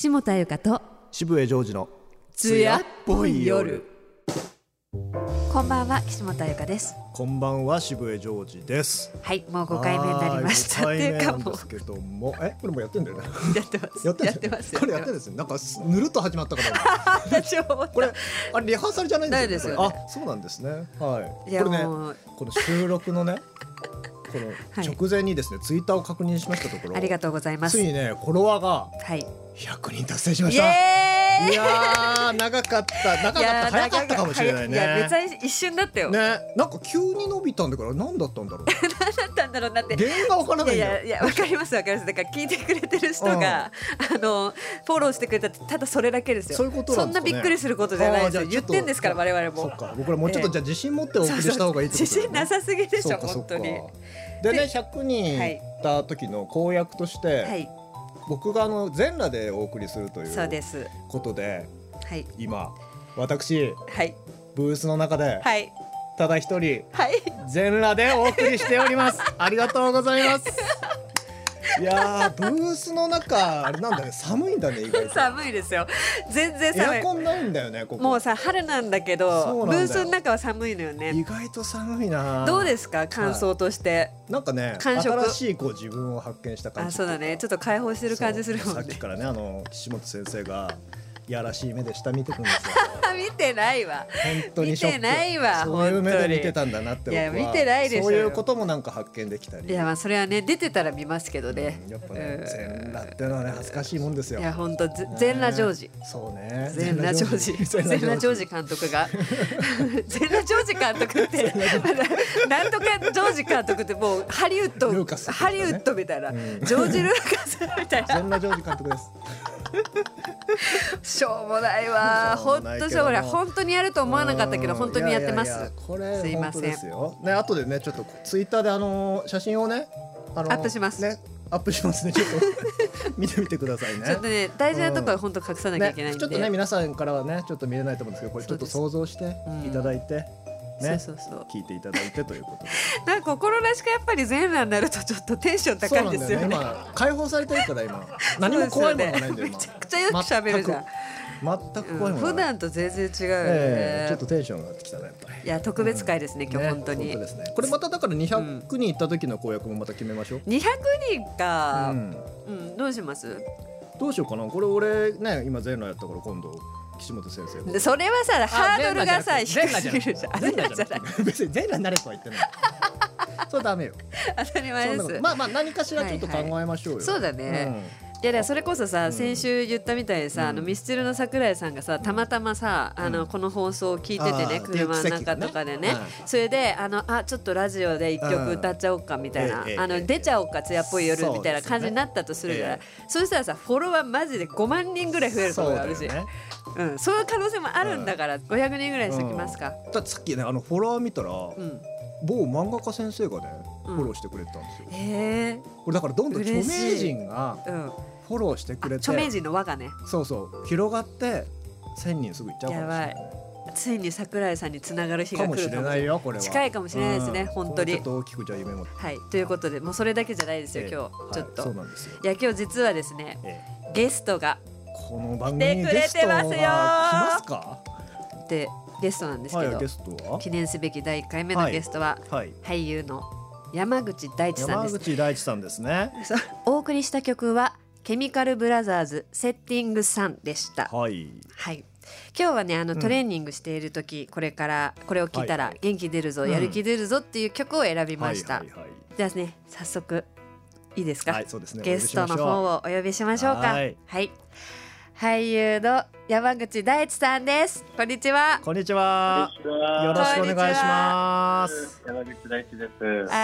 岸本彩香と渋江ジョージの艶っぽい夜。こんばんは、岸本彩香です。 こんばんは、渋江ジョージです。 はい、もう5回目になりました。 5回目なんですけども、これもやってんだよね。 やってます。 やってますよ。これやってるんですね。なんかぬるっと始まったから私は思った。 これリハーサルじゃないんですよね。 ないですよね。 あ、そうなんですね。はい。 いやこれね、 もうこの収録のねこの直前にですね、ツイッターを確認しましたところ、 ありがとうございます。 ついにね、フォロワーがはい 100人達成しました。 イエーイ。 いやー、長かった早かったかもしれないね。 いや、別に一瞬だったよ。 ね、なんか急に伸びたんだから何だったんだろう。 何だったんだろうなって。 原因がわからないんだよ。 いやわかりますわかります。だから聞いてくれてる人が、フォローしてくれたってただそれだけですよ。 そういうことなんですかね。 そんなびっくりすることじゃないですよ。言ってんですから我々も。 そっか、僕らもうちょっとじゃあ自信持ってお送りした方がいいってことだよね。 自信なさすぎでしょ本当に。 でね、100人いった時の公約として、はい、僕が全裸でお送りするということで、はい、今私、はい、ブースの中で、はい、ただ一人、はい、全裸でお送りしております。ありがとうございます。いやー、ブースの中あれなんだね、寒いんだね。意外と寒いですよ。全然寒い。 エアコンないんだよね、ここ。 もうさ、春なんだけどブースの中は寒いのよね。 意外と寒いな。 どうですか、感想として、はい、 なんかね、新しい自分を発見した感じ。 あ、そうだね、ちょっと解放してる感じするもんね。 さっきからね、岸本先生がいやらしい目で下見てくるんですよ。 見てないわ。 本当にショック。 見てないわ。 そういう目で見てたんだなって。 いや、見てないでしょ。 そういうこともなんか発見できたり。 いや、まあそれはね、出てたら見ますけどね。 やっぱね、全裸っていうのはね、恥ずかしいもんですよ。 いや、本当全裸ジョージ。 そうね。 全裸ジョージ。全裸ジョージ監督が。全裸ジョージ監督って、なんとかジョージ監督ってもうハリウッドみたいな、ジョージ・ルーカスみたいな。 全裸ジョージ監督です。 しょうもないわ。本当しょうもない。本当にやると思わなかったけど本当にやってます。 これすいません。 ね、後でね、ちょっとツイッターで写真をね、 アップしますね。 アップしますね。ちょっと見てみてくださいね。 ちょっとね、大事なところは本当隠さなきゃいけないんで、 ちょっとね、皆さんからはねちょっと見れないと思うんですけど、これちょっと想像していただいて。ね、そう聞いていただいてということで、 なんか心なしかやっぱり全裸になるとちょっとテンション高いですよね。 今解放されてるから今何も怖いものがないんだよ。 めちゃくちゃよく喋るじゃん。 全く怖いもの普段と全然違うよね。 ちょっとテンションが上がってきたね、やっぱり。 いや、特別会ですね、今日本当に。 本当ですね。これまただから200人いった時の公約もまた決めましょう。 200人か、どうします？ どうしようかな。これ俺ね、今全裸やったから今度岸本先生。 それはさ、ハードルがさ低すぎるじゃん。 全裸じゃない。別に全裸になれとは言ってない。それダメよ。 当たり前です。 まあ何かしらちょっと考えましょうよ。 そうだね。いや、それこそさ、先週言ったみたいでさ、ミスチルの桜井さんがさ、たまたまさ、この放送を聞いててね、車の中とかでね、それでちょっとラジオで一曲歌っちゃおうかみたいな、出ちゃおうか、艶っぽい夜みたいな感じになったとするじゃない。そうしたらさ、フォロワーマジで5万人ぐらい増えると思うよ、私。そういう可能性もあるんだから、500人ぐらいにしときますか。 だってさっきね、フォロワー見たら某漫画家先生がねフォローしてくれたんですよ。これだからどんどん著名人がフォローしてくれて、 著名人の輪がね、 そう広がって1000人すぐいっちゃうかもしれない。 ついに桜井さんにつながる日が来るかもしれないよ。これは近いかもしれないですね、本当に。 ちょっと大きくじゃあ夢も。 はい、ということで、もうそれだけじゃないですよ、今日ちょっと。 そうなんですよ。 いや、今日実はですね、ゲストがこの番組にゲストが来ますか？ で、ゲストなんですけど、記念すべき第1回目のゲストは俳優の山口大地さんです。 山口大地さんですね。 お送りした曲はケミカルブラザーズセッティング3でした。 はい、 はい、今日はね、トレーニングしている時、これからこれを聴いたら元気出るぞ、やる気出るぞっていう曲を選びました。じゃあね、早速いいですか？ そうですね、 ゲストの方をお呼びしましょうか。はい、俳優の山口大地さんです。こんにちは。 こんにちは。よろしくお願いします。 山口大地です。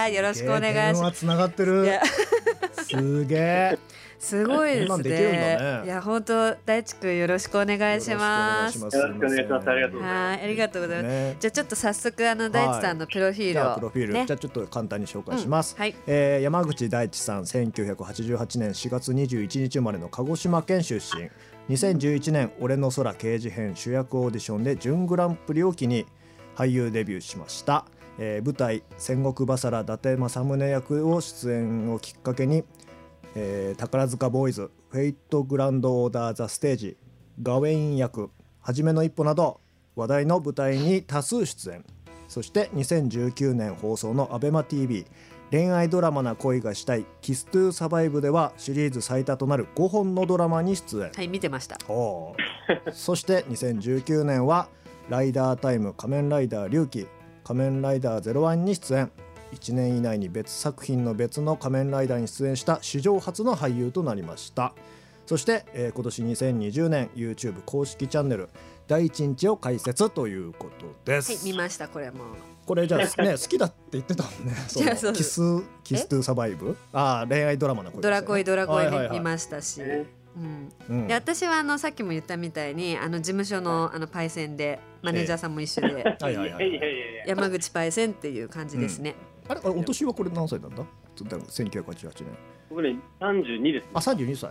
よろしくお願いします。 電話つながってる。すげえ。 すごいですね。いや、本当大地くん、よろしくお願いします。 よろしくお願いします。 ありがとうございます。じゃあちょっと早速大地さんのプロフィールを、 じゃあちょっと簡単に紹介します。山口大地さん、1988年4月21日生まれの鹿児島県出身。2011年俺の空刑事編主役オーディションで準グランプリを機に俳優デビューしました。舞台戦国バサラ伊達政宗役を出演をきっかけに、宝塚ボーイズ、フフェイトグランドオーダーザステージ、ガウェイン役、はじめの一歩など話題の舞台に多数出演。そして2019年放送のアベマ TV 恋愛ドラマな恋がしたいキストゥサバイブではシリーズ最多となる5本のドラマに出演。 はい、見てました。 そして2019年はライダータイム、仮面ライダー龍騎、仮面ライダー01に出演。1年以内に別作品の別の仮面ライダーに出演した史上初の俳優となりました。そして、今年2020年 YouTube 公式チャンネル第一日を開設ということです。 はい、見ました。これもこれじゃあね好きだって言ってたもんね。キストゥサバイブ、恋愛ドラマの声、 ドラ恋見ましたし、で私はさっきも言ったみたいに事務所のパイセンでマネージャーさんも一緒で山口パイセンっていう感じですね。 あれお年はこれ何歳なんだ？1988年。 僕ね32です。 あ、32歳。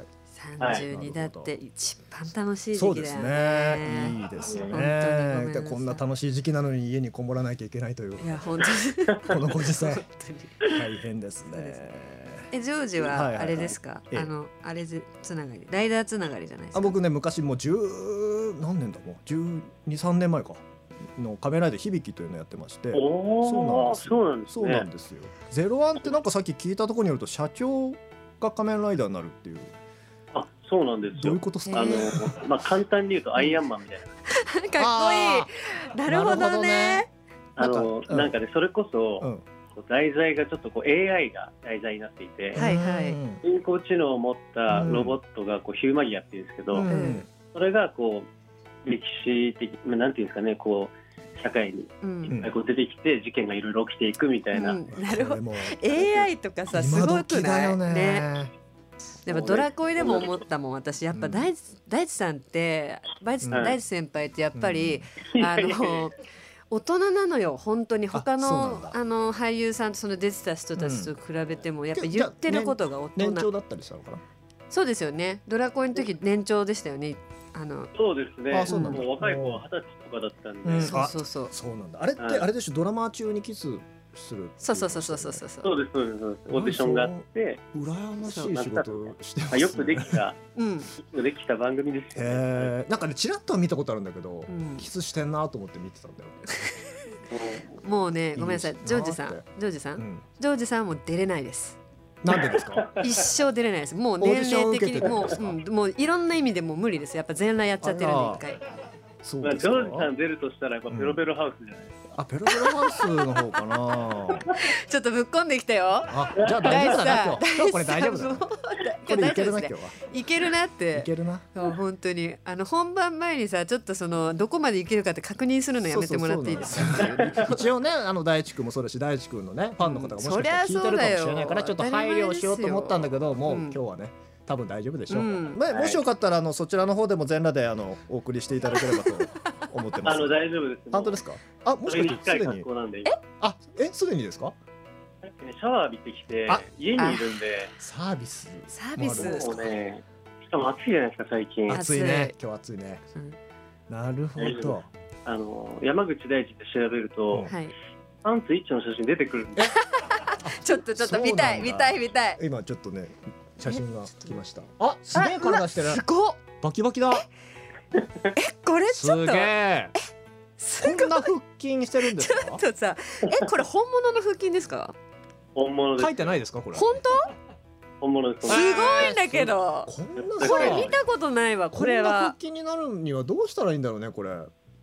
32だって一番楽しい時期だよね。 いいですね。こんな楽しい時期なのに家にこもらなきゃいけないという。 いや本当にこのご時世大変ですね。 ジョージはあれですか？あれつながり、ライダーつながりじゃないですか？ 僕ね昔もう何年だもう12、13年前かのカメラで響きというのをやってまして。そうなんですよ。01ってなんかさっき聞いたところによると社長が仮面ライダーになるっていう。 そうなんですよ。 どういうことですか？ 簡単に言うとアイアンマンみたいな。 かっこいい。なるほどね。 なんかねそれこそ題材がちょっとAI が題材になっていて、人工知能を持ったロボットがヒューマギアっていうんですけど、それが歴史的なんていうんですかね社会に出てきて事件がいろいろ起きていくみたいな。 なるほど。AI とかさすごくないね。でもドラ恋でも思ったもん私。やっぱ大地さんって大地先輩ってやっぱり大人なのよ本当に。他の俳優さんと出てた人たちと比べてもやっぱ言ってることが大人。 年長だったりしたのかな？ そうですよね。ドラ恋の時年長でしたよね。 そうですね。もう若い子は20歳とかだったんで。 そうなんだ。あれってあれでしょ、ドラマ中にキスする。 そうです。オーディションがあって羨ましい仕事してますね。 よくできた番組ですよね。 なんかねちらっとは見たことあるんだけどキスしてんなと思って見てたんだよ。 もうねごめんなさい、ジョージさんはもう出れないです。 なんでですか？ 一生出れないです。もう年齢的にもういろんな意味でもう無理です。やっぱ全裸やっちゃってるんで一回。 ジョージさん出るとしたらやっぱペロペロハウスじゃないですか。 ペロペロハウスの方かな。 ちょっとぶっこんできたよ。 じゃあ大丈夫だな今日これ大丈夫だ。これいけるな今日は。 いけるなって。 いけるな。 本当に本番前にさちょっとどこまでいけるかって確認するのやめてもらっていいですか？ 一応ね大地君もそうだし大地君のねファンの方がもしかしたら聞いてるかもしれないからちょっと配慮しようと思ったんだけどもう今日はね多分大丈夫でしょう。もしよかったらそちらの方でも全裸でお送りしていただければと思ってます。 大丈夫です。 本当ですか？もしかしてすでにすでにですか？ シャワー浴びてきて家にいるんでサービスもうね、しかも暑いじゃないですか最近。 暑いね今日暑いね。なるほど。 山口大地って調べるとパンツ一丁の写真出てくるんで。 ちょっと見たい。 今ちょっとね写真が来ました。すげえ体してる。 すごっ。 バキバキだ。 これちょっとすげえ。こんな腹筋してるんですか？ ちょっとさこれ本物の腹筋ですか？ 本物です。 書いてないですかこれ？ 本当？ 本物です。 すごいんだけど。これ見たことないわ。これは腹筋になるにはどうしたらいいんだろうねこれ。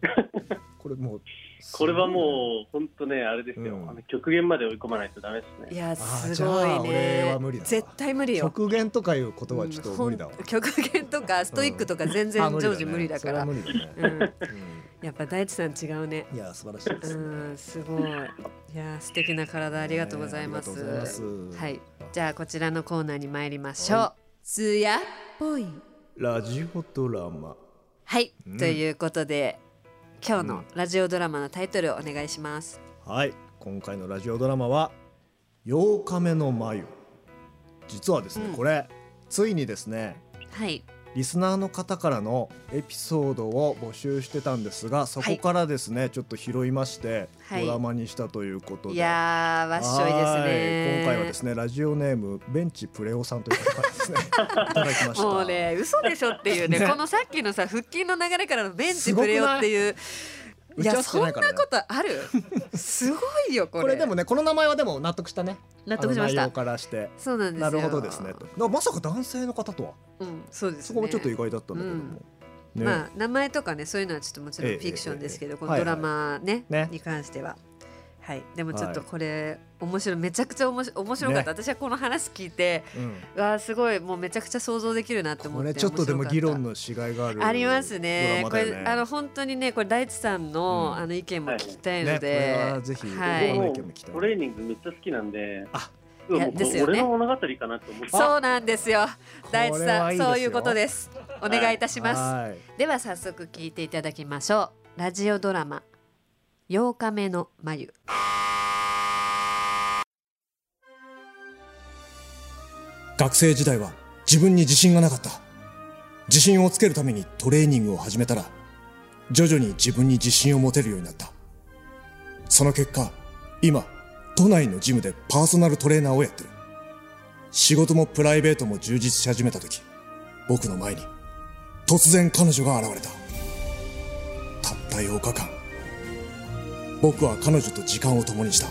これはもう本当ねあれですよ。極限まで追い込まないとダメですね。 いやすごいね。絶対無理よ。 極限とかいうことはちょっと無理だわ。 極限とかストイックとか全然常時無理だから。やっぱ大地さん違うね。 いや素晴らしいです。 すごい。いや素敵な体ありがとうございます。はい。じゃあこちらのコーナーに参りましょう。つやっぽいラジオドラマ。 はい。ということで。今日のラジオドラマのタイトルをお願いします。 はい今回のラジオドラマは8日目の眉。実はですね、これついにですね、 はいリスナーの方からのエピソードを募集してたんですが、そこからですね、ちょっと拾いましてドラマにしたということで、 いやーわっしょいですね。 今回はですね、ラジオネームベンチプレオさんという方からですねいただきました。 もうね、嘘でしょっていうねこのさっきのさ腹筋の流れからのベンチプレオっていう、いやそんなことあるすごいよこれ。 これでもね、この名前はでも納得したね。 納得しました。 内容からしてそうなんですよ。 なるほどですねと。まさか男性の方とは、 そうですね。 そこもちょっと意外だったんだけども、 まあ名前とかねそういうのはちょっともちろんフィクションですけど、このドラマねに関してははい、でもちょっとこれ面白い、めちゃくちゃ面白かった、ね、私はこの話聞いて、わあすごいもうめちゃくちゃ想像できるなって思って、 これちょっとでも議論のしがいがある、 ありますね。これ本当にね、これ大地さんの、意見も聞きたいので、 ぜひ、 はい、トレーニングめっちゃ好きなんで、 いやですよね、 俺の物語かなと思って。 そうなんですよ大地さん、そういうことです。お願いいたします。では早速聞いていただきましょう。ラジオドラマ8日目の眉。 学生時代は自分に自信がなかった。自信をつけるためにトレーニングを始めたら、徐々に自分に自信を持てるようになった。その結果、今都内のジムでパーソナルトレーナーをやってる。仕事もプライベートも充実し始めた時、僕の前に突然彼女が現れた。たった8日間、僕は彼女と時間を共にした。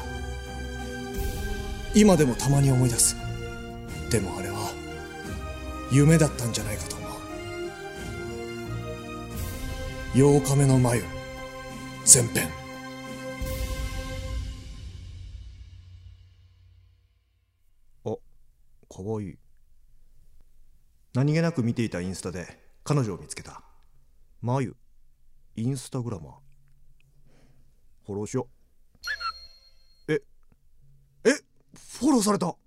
今でもたまに思い出す。でもあれは夢だったんじゃないかと思う。8日目の眉前編。 あ、かわいい。何気なく見ていたインスタで彼女を見つけた。眉インスタグラマー、フォローしよう。フォローされた。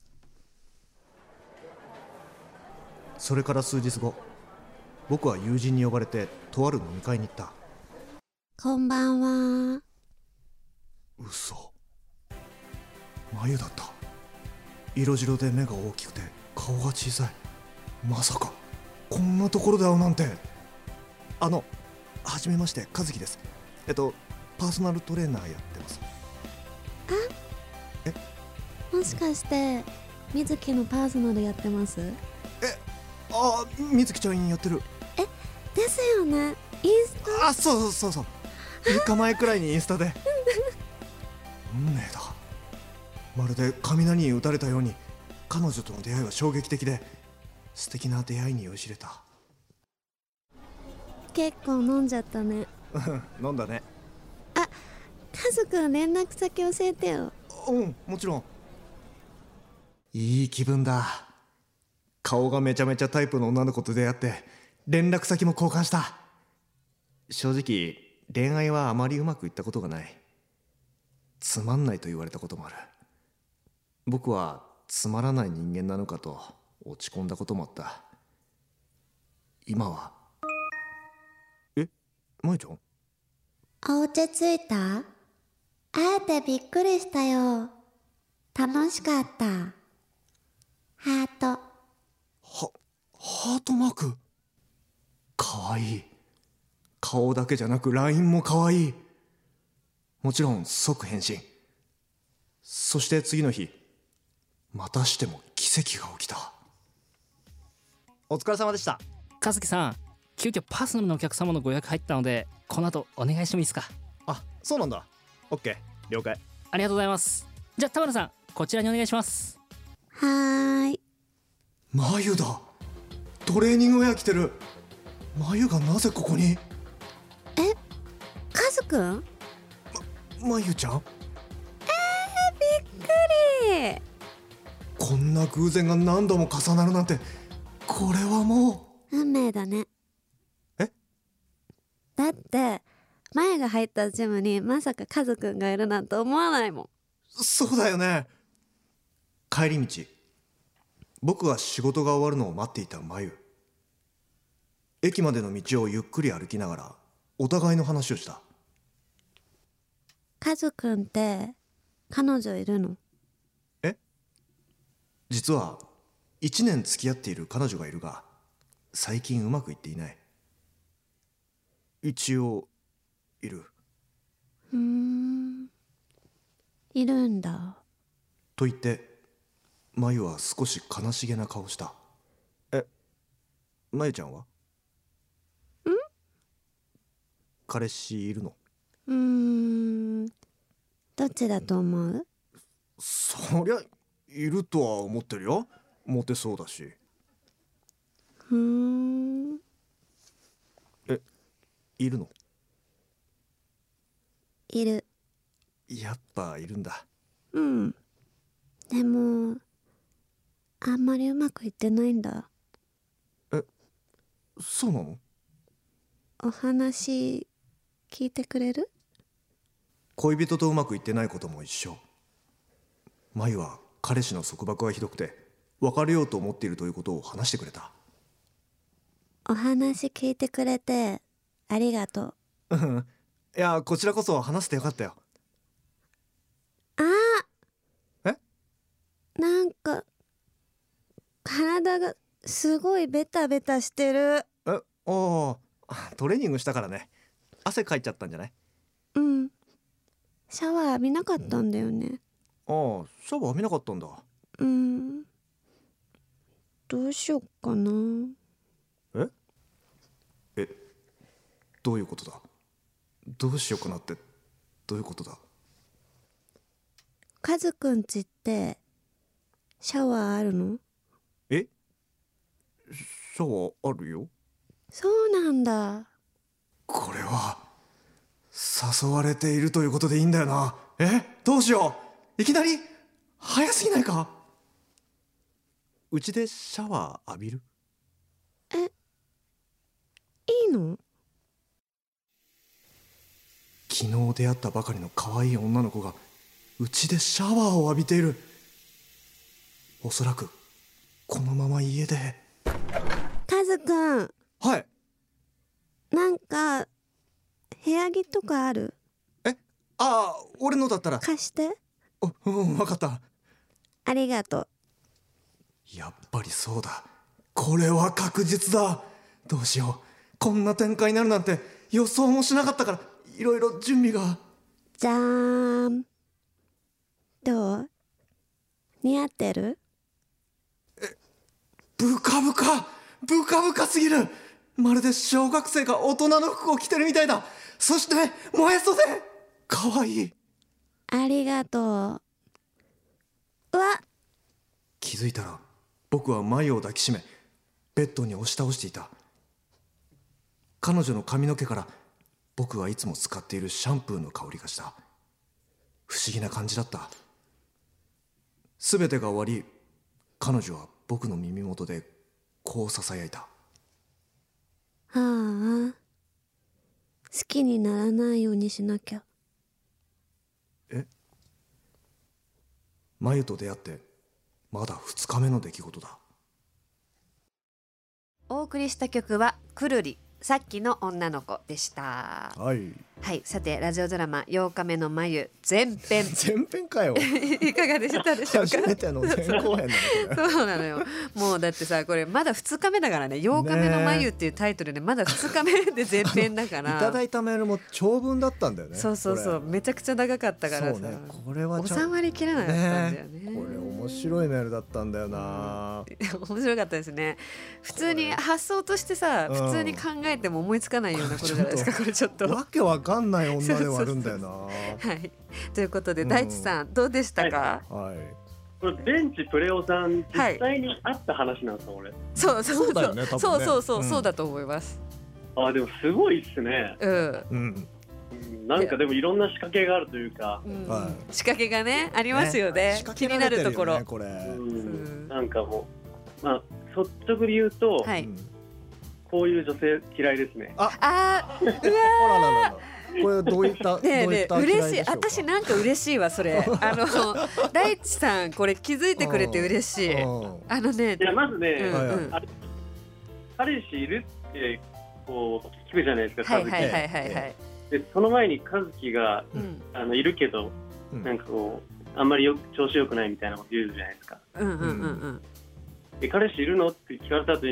それから数日後、僕は友人に呼ばれてとある飲み会に行った。 こんばんは。 嘘、眉だった。色白で目が大きくて顔が小さい。まさかこんなところで会うなんて。はじめまして、和樹です。パーソナルトレーナーやってます。 もしかして水木のパーソナルやってます？ みずきちゃんやってる。 ですよね、インスタ。 そう3日前くらいにインスタで運命だ。まるで雷に打たれたように彼女との出会いは衝撃的で、素敵な出会いに酔いしれた。 結構飲んじゃったね飲んだね。 カズくん連絡先教えてよ。 もちろん。いい気分だ。顔がめちゃめちゃタイプの女の子と出会って連絡先も交換した。正直恋愛はあまりうまくいったことがない。つまんないと言われたこともある。僕はつまらない人間なのかと落ち込んだこともあった。今は。まゆちゃん、 落ち着いた？会えてびっくりしたよ。楽しかった。ハート。 ハートマーク。かわいい。顔だけじゃなく LINE もかわいい。もちろん即返信。そして次の日、またしても奇跡が起きた。お疲れ様でした。 和樹さん、急遽パーソナルのお客様のご予約入ったので、この後お願いしてもいいですか？ そうなんだ。 OK、 了解。 ありがとうございます。じゃあ田村さん、こちらにお願いします。 はーい。 眉だ。トレーニングウェア着てる。眉がなぜここに？ カズくん？ 眉ちゃん？ びっくり。 こんな偶然が何度も重なるなんて、これはもう運命だね。だって前が入ったジムにまさかカズくんがいるなんて思わないもん。 そうだよね。帰り道、僕は仕事が終わるのを待っていた眉。駅までの道をゆっくり歩きながらお互いの話をした。 カズくんって彼女いるの？ 実は1年付き合っている彼女がいるが、 最近うまくいっていない。一応いる。 いるんだ。 と言ってまゆは少し悲しげな顔した。まゆちゃんは？彼氏いるの？ どっちだと思う？ そりゃいるとは思ってるよ。モテそうだし。いるの？ いる。 やっぱいるんだ。 でもあんまりうまくいってないんだ。 そうなの？ お話聞いてくれる？ 恋人とうまくいってないことも一緒。まゆは彼氏の束縛がひどくて別れようと思っているということを話してくれた。 お話聞いてくれてありがとう。いや、こちらこそ話してよかったよ。 なんか体がすごいベタベタしてる。 トレーニングしたからね。汗かいちゃったんじゃない？ シャワー浴びなかったんだよね。 シャワー浴びなかったんだ。 どうしよっかな。 どういうことだ？どうしようかなってどういうことだ？ カズくんちってシャワーあるの？ シャワーあるよ。 そうなんだ。 これは誘われているということでいいんだよな。どうしよう。いきなり早すぎないか？うちでシャワー浴びる？ いいの？ 昨日出会ったばかりの可愛い女の子がうちでシャワーを浴びている。おそらくこのまま家で。 カズくん。 はい。 なんか部屋着とかある？ 俺のだったら貸して。 分かった。 ありがとう。 やっぱりそうだ。これは確実だ。どうしよう。こんな展開になるなんて予想もしなかったから、いろいろ準備が。 じゃーん。どう？似合ってる？ ブカブカすぎる。まるで小学生が大人の服を着てるみたいだ。そして燃えそうでかわいい。 ありがとう。うわっ。 気づいたら僕はマユを抱きしめベッドに押し倒していた。彼女の髪の毛から僕はいつも使っているシャンプーの香りがした。不思議な感じだった。すべてが終わり、彼女は僕の耳元でこうささやいた。 好きにならないようにしなきゃ。 マユと出会ってまだ2日目の出来事だ。 お送りした曲はくるり、さっきの女の子でした。 はい、 さてラジオドラマ8日目のまゆ前編かよいかがでしたでしょうか？ 初めての前後編そうなのよ。もうだってさ、これまだ2日目だからね。8日目のまゆっていうタイトルでまだ2日目で前編だからいただいたメールも長文だったんだよね。 そうめちゃくちゃ長かったからさ、 これは収まりきらなかったんだよね。 これ面白いメールだったんだよな。 面白かったですね。普通に発想としてさ、普通に考えても思いつかないようなことじゃないですか。これちょっとわけわかんない女ではあるんだよな。 ということで、大地さんどうでしたか？ これベンチプレオさん実際にあった話なんですか？俺そうだよね。 そうだと思います。 でもすごいっすね。なんかでもいろんな仕掛けがあるというか、 仕掛けがねありますよね。気になるところ。 なんかもう率直に言うと、こういう女性嫌いですね。 これどういった嬉しい。私なんか嬉しいわそれ。大地さんこれ気づいてくれて嬉しい。いやまずね、彼氏いるってこう聞くじゃないですか。でその前に和樹がいるけどなんかこうあんまり調子良くないみたいなこと言うじゃないですか。で彼氏いるのって聞かれた後に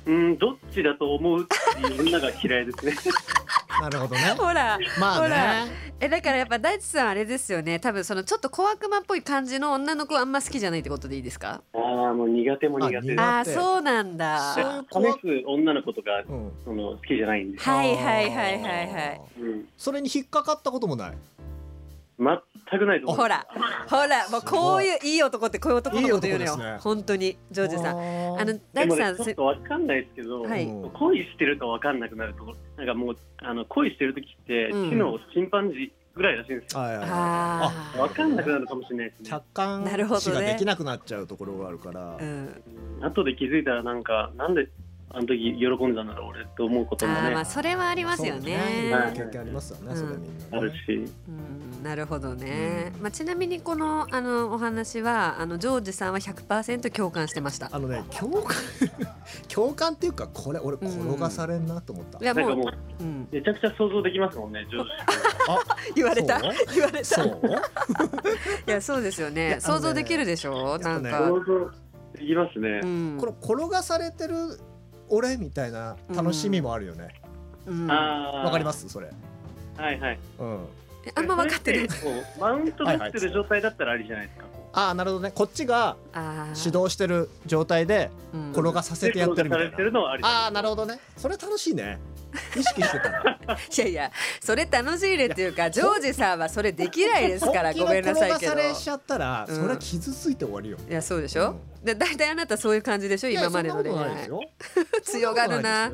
どっちだと思うっていう女が嫌いですね。 なるほどね。 ほら、 まあね、 ほらだからやっぱ大地さんあれですよね。多分そのちょっと小悪魔っぽい感じの女の子あんま好きじゃないってことでいいですか？ もう苦手も苦手。 そうなんだ。 試す女の子とか、その好きじゃないんです。 はいはいはいはいはい。 それに引っかかったこともない？ 全くないと思う。 ほらもうこういういい男ってこういう男のこと言うのよ。本当にジョージさん。大地さんちょっとわかんないですけど、恋してるかわかんなくなると、なんかもう恋してる時って知能チンパンジーぐらいらしいんですよ。わかんなくなるかもしれないですね。 客観視ができなくなっちゃうところがあるから。 後で気づいたらなんであの時喜んでたんだろう俺って思うこともね。 まあそれはありますよね。 経験ありますよね。それみんなあるし。 なるほどね。まあちなみにこのお話はジョージさんは 100% 共感してました。 共感っていうかこれ俺転がされんなと思った。 いやもうめちゃくちゃ想像できますもんねジョージ。 言われた。そういやそうですよね。想像できるでしょ。なんか想像できますね。 これ転がされてる俺みたいな楽しみもあるよね。わかりますそれ？ はいはい。 あんま分かってない。 マウント取ってる状態だったらありじゃないですか。 なるほどね。こっちが指導してる状態で転がさせてやってるみたいな。なるほどね。それ楽しいね。意識してたら。 いやいやそれ楽しいねっていうかジョージさんはそれできないですからごめんなさいけど。 転がされしちゃったらそれは傷ついて終わりよ。 いやそうでしょ。でだいたいあなたそういう感じでしょ今までの恋愛。強がるな。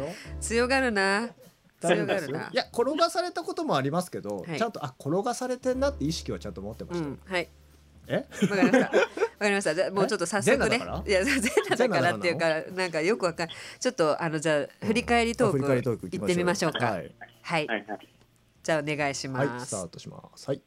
いや転がされたこともありますけど、ちゃんと転がされてんなって意識はちゃんと持ってました。 はい。わかりました。じゃもうちょっと早速ね。いや全裸だからっていうかなんかよくわかんない。ちょっとじゃあ振り返りトーク行ってみましょうか。はい。じゃあお願いします。 はいスタートします。はい。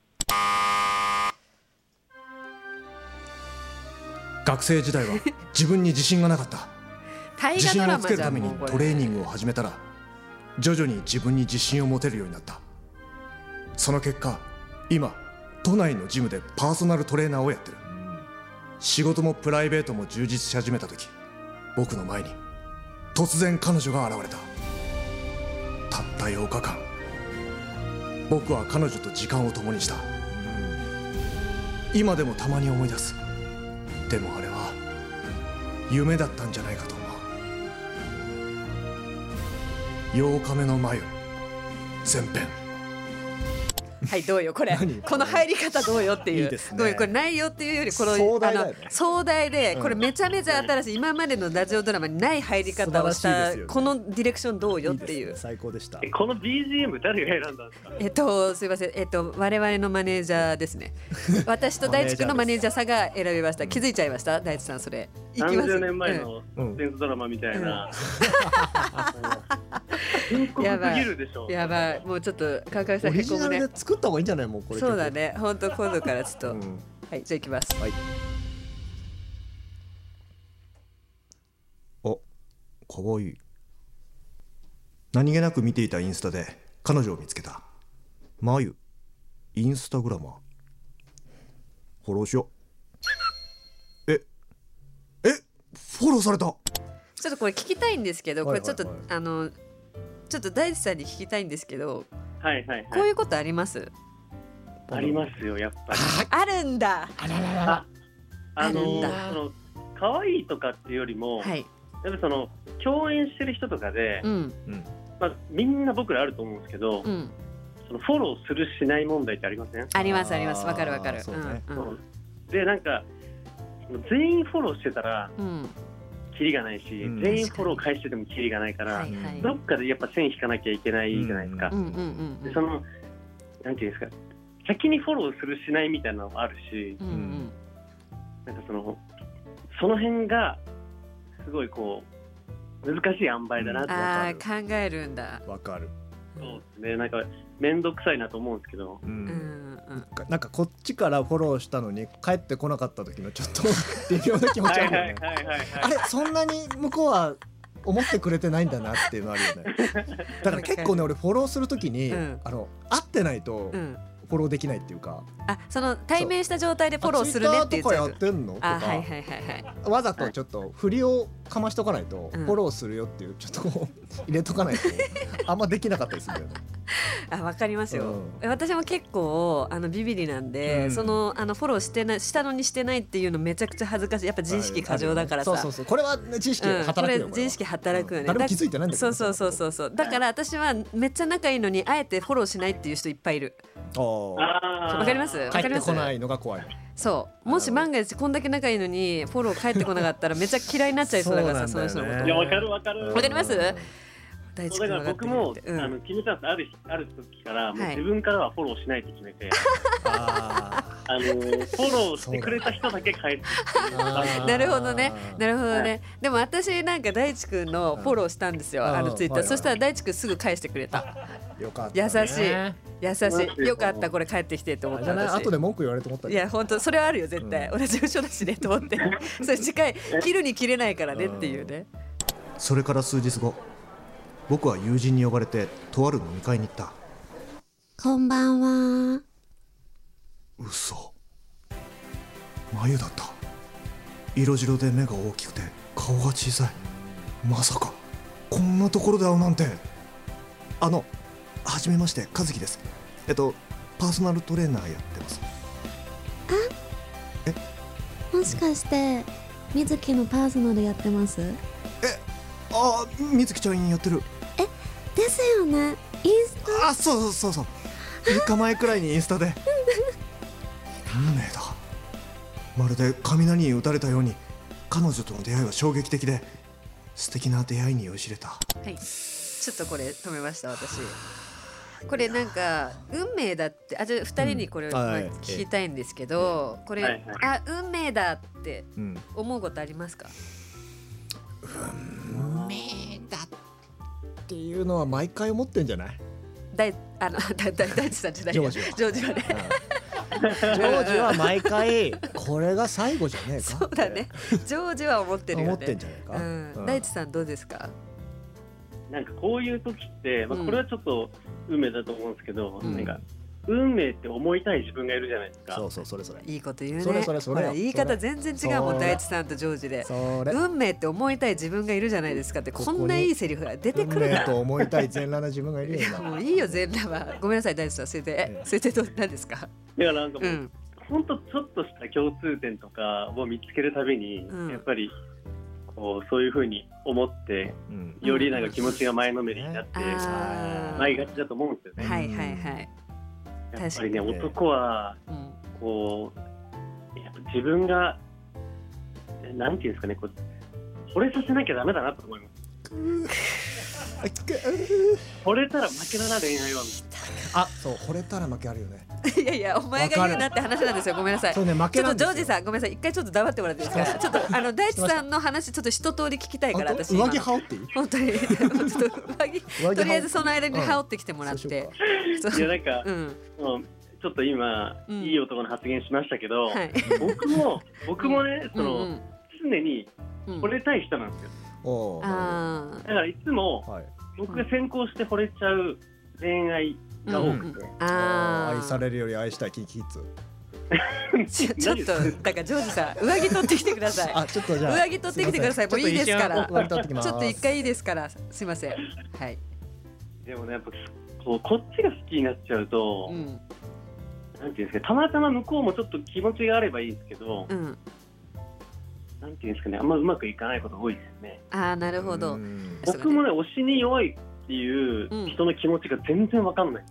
学生時代は自分に自信がなかった。自信をつけるためにトレーニングを始めたら徐々に自分に自信を持てるようになった。その結果今都内のジムでパーソナルトレーナーをやってる。仕事もプライベートも充実し始めた時僕の前に突然彼女が現れた。たった8日間僕は彼女と時間を共にした。今でもたまに思い出す。でもあれは夢だったんじゃないかと思う。8日目の眉前編。 はいどうよこれこの入り方どうよっていう。これ内容っていうよりこの壮大でこれめちゃめちゃ新しい今までのラジオドラマにない入り方をしたこのディレクションどうよっていう。 最高でした。 この BGM 誰が選んだんですか？ すいません我々のマネージャーですね。私と大地君のマネージャーさんが選びました。気づいちゃいました大地さんそれ。 30年前のスペンスドラマみたいな。 やばいもうちょっと川上さんへこむね。 作った方がいいんじゃないもうこれ。 そうだね本当今度からちょっとはいじゃあいきます。はい。 かわいい。何気なく見ていたインスタで彼女を見つけた。まゆインスタグラマーフォローしよう。フォローされた。 ちょっとこれ聞きたいんですけどこれちょっとちょっと大地さんに聞きたいんですけど、こういうことあります？ ありますよやっぱり。 あるんだ。 その可愛いとかっていうよりも、やっぱその共演してる人とかで、みんな僕らあると思うんですけど、そのフォローするしない問題ってありません？ ありますわかる。 でなんか全員フォローしてたら。キリがないし、全員フォロー返しててもキリがないから、どっかでやっぱ線引かなきゃいけないじゃないですか。でそのなんていうんですか先にフォローするしないみたいなのもあるし、なんかその辺がすごいこう難しい塩梅だなって考えるんだ。 わかる。 そうですねなんか面倒くさいなと思うんですけど、 なんかこっちからフォローしたのに帰ってこなかった時のちょっと微妙な気持ちあるよね。あれそんなに向こうは思ってくれてないんだなっていうのあるよね。だから結構ね俺フォローする時に会ってないとフォローできないっていうか、 その対面した状態でフォローするねって言っちゃう。 ツイッターとかやってんのとか、 はいはいはいはい、 わざとちょっと振りをかましとかないと、フォローするよっていうちょっとこう入れとかないとあんまできなかったりするんだよね。 わかりますよ、私も結構ビビリなんで、そのフォローしてないしたのにしてないっていうのめちゃくちゃ恥ずかしい。やっぱ自意識過剰だからさ、 そうこれは自意識働くよ、 これ自意識働くよね。 誰も気づいてないんだけど、 そうだから私はめっちゃ仲いいのにあえてフォローしないっていう人いっぱいいる。わかります？ 帰ってこないのが怖い。 そう、もし万が一こんだけ仲いいのにフォロー返ってこなかったらめっちゃ嫌いになっちゃいそうだからさ、その人のこと。 いや、わかるわかります？ だから僕も決めたんです。ある時からもう自分からはフォローしないと決めて、フォローしてくれた人だけ返ってなるほどね、なるほどね。でも私なんか大地君のフォローしたんですよ、ツイッター。そしたら大地君すぐ返してくれた。 よかった、 優しい、よかった、これ帰ってきてって思った。 後で文句言われて思った。 いや本当それはあるよ絶対、同じ事務所だしねと思って。それ近い、切るに切れないからねっていうね。 それから数日後、僕は友人に呼ばれてとある飲み会に行った。 こんばんは。 嘘、眉だった。色白で目が大きくて顔が小さい。まさかこんなところで会うなんて。はじめまして、和樹です。パーソナルトレーナーやってます。 もしかして水木のパーソナルやってます？ 水木ちゃんやってる。 ですよね、インスタ。 そう3日前くらいにインスタで運命だ。まるで雷に打たれたように彼女との出会いは衝撃的で、素敵な出会いに酔いしれた。 はい、ちょっとこれ止めました私。これなんか運命だって、じゃあ2人にこれを聞きたいんですけど、これ運命だって思うことありますか？ 運命だっていうのは毎回思ってんじゃない？ 大地さんじゃないよ、ジョージはね。 ジョージは毎回これが最後じゃねえか。 そうだね、ジョージは思ってるよね。 思ってんじゃないか。 大地さんどうですか？ なんかこういう時って、これはちょっと運命だと思うんですけど、なんか運命って思いたい自分がいるじゃないですか。 そうそれいいこと言うね。 それ言い方全然違うもん、大地さんとジョージで。運命って思いたい自分がいるじゃないですかって、こんないいセリフが出てくるから。 運命と思いたい全裸な自分がいるよ。 もういいよ全裸は。ごめんなさい大地さん、それで何ですか？ いや、なんかもう本当ちょっとした共通点とかを見つけるたびに、やっぱりそういうふうに思って、よりなんか気持ちが前のめりになってまいがちだと思うんですよね。 はいはいはい。 やっぱりね、男はこうやっぱ自分がなんていうんですかね、惚れさせなきゃダメだなと思います。惚れたら負けだな、恋愛は。 そう、惚れたら負けあるよね。 いやお前が言うなって話なんですよ。ごめんなさい。ちょっとジョージさんごめんなさい、一回ちょっと黙ってもらっていいですか？ちょっと大地さんの話ちょっと一通り聞きたいから、私上着羽織っていい？ 本当にちょっと上着とりあえずその間に羽織ってきてもらって。 いやなんかちょっと今いい男の発言しましたけど、僕もね、常に惚れたい人なんですよ。だからいつも僕が先行して惚れちゃう恋愛が多くて、 愛されるより愛したいキキッズ。 ちょっとだからジョージさん、上着取ってきてください。 ちょっとじゃあ上着取ってきてください。もういいですから。ちょっと一回いいですから。すいません。はい。 でもね、やっぱこっちが好きになっちゃうと、なんていうんですか、たまたま向こうもちょっと気持ちがあればいいですけど、なんていうんですかね、あんまうまくいかないこと多いですよね。 なるほど。 僕もね、推しに弱いっていう人の気持ちが全然わかんない。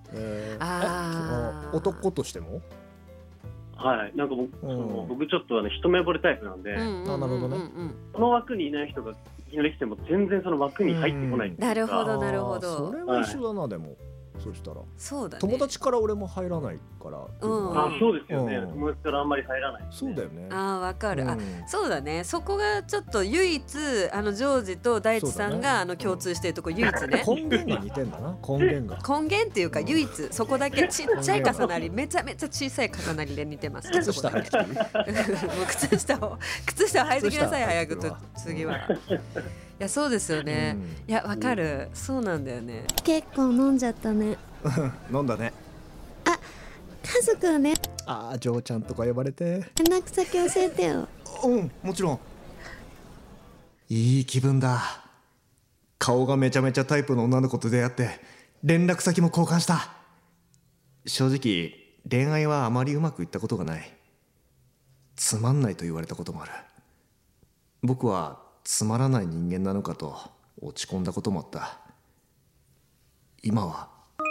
男としても？ はい、なんか僕ちょっと一目惚れタイプなんで、 なるほどね。 その枠にいない人がいきなり来ても全然その枠に入ってこない。 なるほどなるほど。 それは一緒だな。でもそうしたらそうだね、 友達から俺も入らないから、 そうですよね、友達からあんまり入らない、 そうだよね。 わかる、そうだね。そこがちょっと唯一ジョージと大地さんが共通しているところ、唯一ね、 根源が似てんだな。根源っていうか唯一そこだけちっちゃい重なり、めちゃめちゃ小さい重なりで似てます。 靴下履いてもう靴下を履いてきなさい早くと。次はいやそうですよね。いやわかる、そうなんだよね。 結構飲んじゃったね。 飲んだね。 和ずくんね。 ああ、ジョーちゃんとか呼ばれて。 連絡先教えてよ。 うん、もちろん。いい気分だ。顔がめちゃめちゃタイプの女の子と出会って連絡先も交換した。正直恋愛はあまりうまくいったことがない。つまんないと言われたこともある。僕はつまらない人間なのかと落ち込んだこともあった。今は。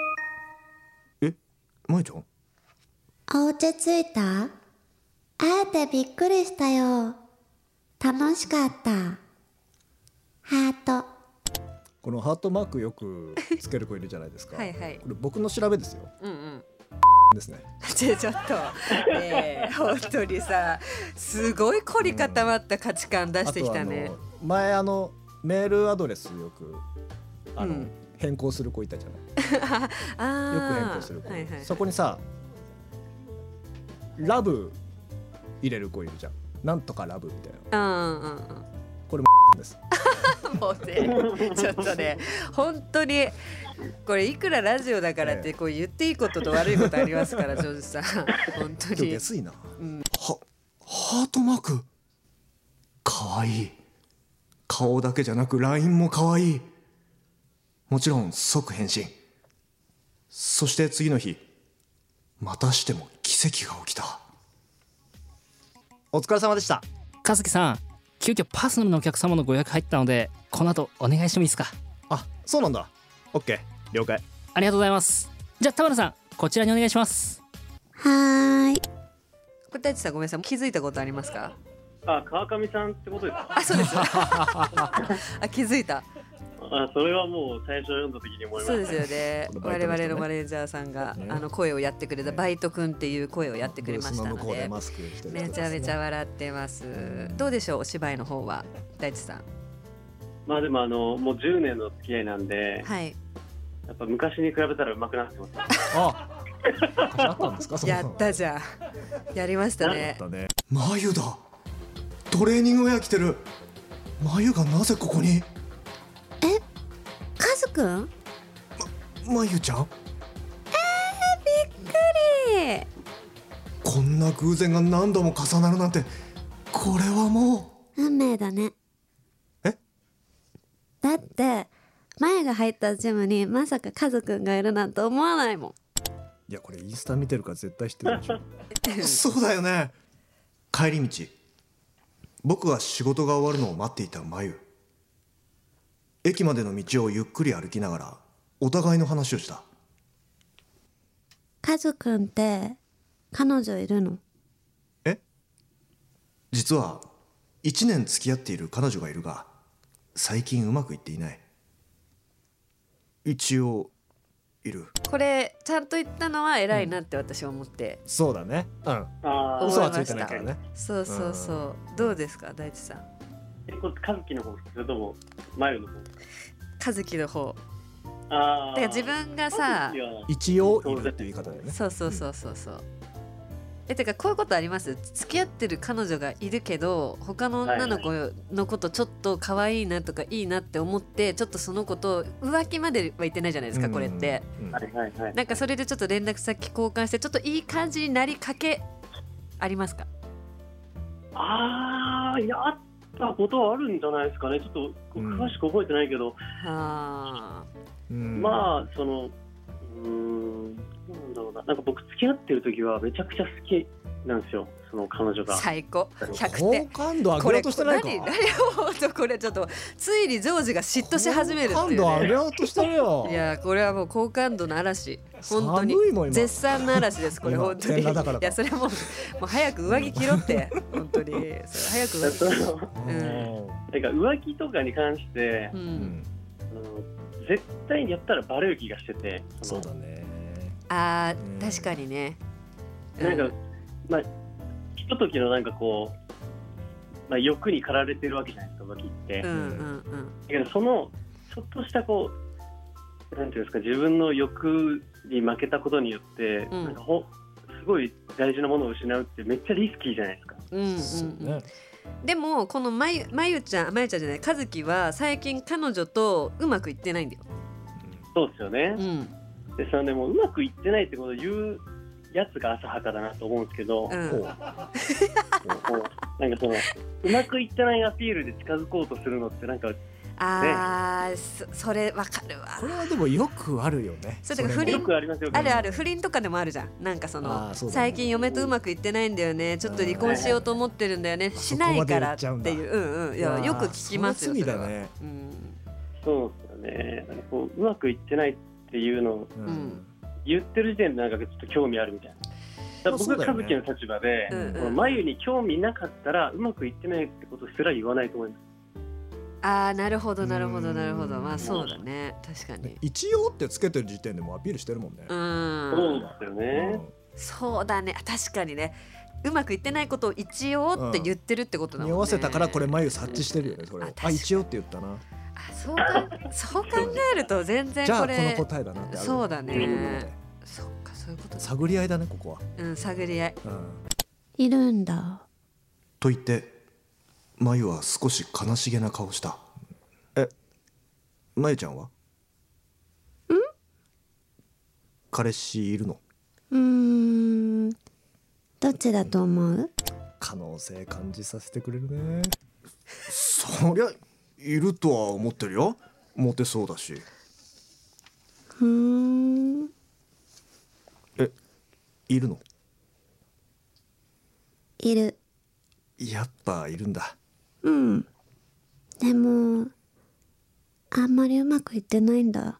まゆちゃん、 お家着いた？会えてびっくりしたよ。楽しかった。ハート。 このハートマークよくつける子いるじゃないですか。 はいはい。 これ僕の調べですよ。 うんうん。 ですね。 ちょっと本当にさ、すごい凝り固まった価値観出してきたね。 前メールアドレスよく変更する子いたじゃない。よく変更する子、はいはい、そこにさラブ入れる子いるじゃん。なんとかラブみたいな。これですもうね、ちょっとね、本当にこれいくらラジオだからってこう言っていいことと悪いことありますから、ジョージさん本当に安いな、ハートマークかわいい。顔だけじゃなく LINE もかわいい。もちろん即返信。そして次の日またしても奇跡が起きた。お疲れ様でした。 和樹さん、急遽パーソナルのお客様のご予約入ったのでこの後お願いしてもいいですか？ あ、そうなんだ。 OK、 了解。 ありがとうございます。じゃあ田村さん、こちらにお願いします。 はーい。 これ大地さん、ごめんなさい、気づいたことありますか？ 川上さんってことですか？ あ、そうですあ、気づいた。 それはもう最初読んだ時に思いました。 そうですよね。我々のマネージャーさんが、声をやってくれた、バイトくんっていう声をやってくれましたので、めちゃめちゃ笑ってます。どうでしょう、お芝居の方は大地さん。 まあでももう10年の付き合いなんで、はい、やっぱ昔に比べたら上手くなってます。 あったんですか？ やったじゃん、やりましたね。 まゆだ、トレーニングウェア着てる。まゆがなぜここに？ カズくん？ まゆちゃん？ びっくり。 こんな偶然が何度も重なるなんて、これはもう運命だね。だって前が入ったジムにまさかカズくんがいるなんて思わないもん。 いや、これインスタ見てるから絶対知ってるでしょそうだよね。帰り道、僕は仕事が終わるのを待っていたまゆ。駅までの道をゆっくり歩きながらお互いの話をした。 カズくんって彼女いるの？ 実は1年付き合っている彼女がいるが、最近うまくいっていない。一応いる。 これちゃんと言ったのは偉いなって私は思って、 そうだね。嘘はついてないからね。 そうそうそう。どうですか大地さん？ これ和樹の方、それともまゆの方？ 和樹の方。だから自分がさ、 一応いるっていう言い方だよね。 そうそうそうそうそう。てかこういうことあります？付き合ってる彼女がいるけど他の女の子のことちょっと可愛いなとかいいなって思って、ちょっとその子と浮気までは言ってないじゃないですか、これって。なんかそれでちょっと連絡先交換してちょっといい感じになりかけありますか？ やったことはあるんじゃないですかね。ちょっと詳しく覚えてないけど、まあそのなんだろうな、なんか僕付き合ってる時はめちゃくちゃ好きなんですよ、その彼女が。 最高、100点。 好感度上げようとしてないか？ これちょっとついにジョージが嫉妬し始めるっていうね。 好感度上げようとしてるよ。 いや、これはもう好感度の嵐、本当に絶賛の嵐です。これ本当に。いや、それもう早く上着着ろって本当に早く上着着ろ。 なんか浮気とかに関して、絶対にやったらバレる気がしてて。 そうだね。 確かにね。 なんかまあひとときのなんかこう、欲に駆られてるわけじゃないですか、浮気って。だけどそのちょっとしたこう、なんていうんですか、自分の欲に負けたことによって、なんかすごい大事なものを失うってめっちゃリスキーじゃないですか。 でもこのまゆちゃんじゃない、和樹は最近彼女とうまくいってないんだよ。 そうですよね。でそれでもうまくいってないってことを言やつが浅はかだなと思うんですけど、なんかそのうまくいってないアピールで近づこうとするのってなんか、 それわかるわ。 これはでもよくあるよね。 それ不倫よくありますよ。 ある不倫とかでもあるじゃん。なんかその最近嫁とうまくいってないんだよね。ちょっと離婚しようと思ってるんだよね。しないからっていう、いやよく聞きますよ。 それは罪だね。 そうですよね。こううまくいってないっていうのを言ってる時点でなんかちょっと興味あるみたいな。僕は和樹の立場で、まゆに興味なかったらうまくいってないってことすら言わないと思います。 なるほどなるほどなるほど。まあそうだね、確かに。 一応ってつけてる時点でもアピールしてるもんね。 そうですよね。 そうだね、確かにね。うまくいってないことを一応って言ってるってことだもんね。 匂わせたからこれまゆ察知してるよね。それ一応って言ったな。 そう考えると全然これじゃあこの答えだなって。 そうだね。そっか、そういうこと。 探り合いだね、ここは。探り合い。 いるんだ。 と言ってまゆは少し悲しげな顔した。まゆちゃんは？彼氏いるの？ どっちだと思う？ 可能性感じさせてくれるね。 そりゃいるとは思ってるよ。モテそうだし。いるの？ いる。 やっぱいるんだ。 でもあんまりうまくいってないんだ。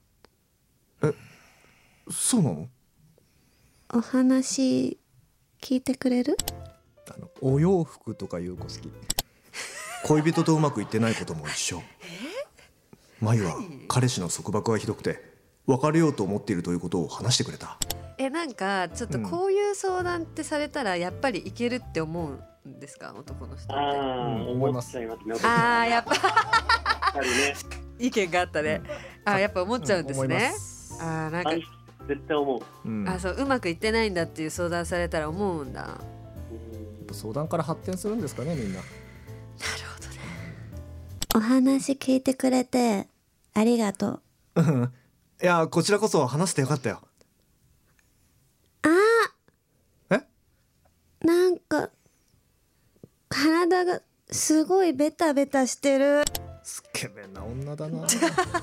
そうなの？ お話聞いてくれる？ お洋服とかいう子好き。 恋人とうまくいってないことも一緒。まゆは彼氏の束縛がひどくて別れようと思っているということを話してくれた。 なんかちょっとこういう相談ってされたらやっぱりいけるって思うんですか、男の人って。 思いますね。 やっぱ意見があったね。やっぱ思っちゃうんですね。なんか絶対思う。 そううまくいってないんだっていう相談されたら思うんだ。 相談から発展するんですかね、みんな。 なるほどね。 お話聞いてくれてありがとう。いや、こちらこそ話してよかったよ。 なんか体がすごいベタベタしてる。 スケベな女だな。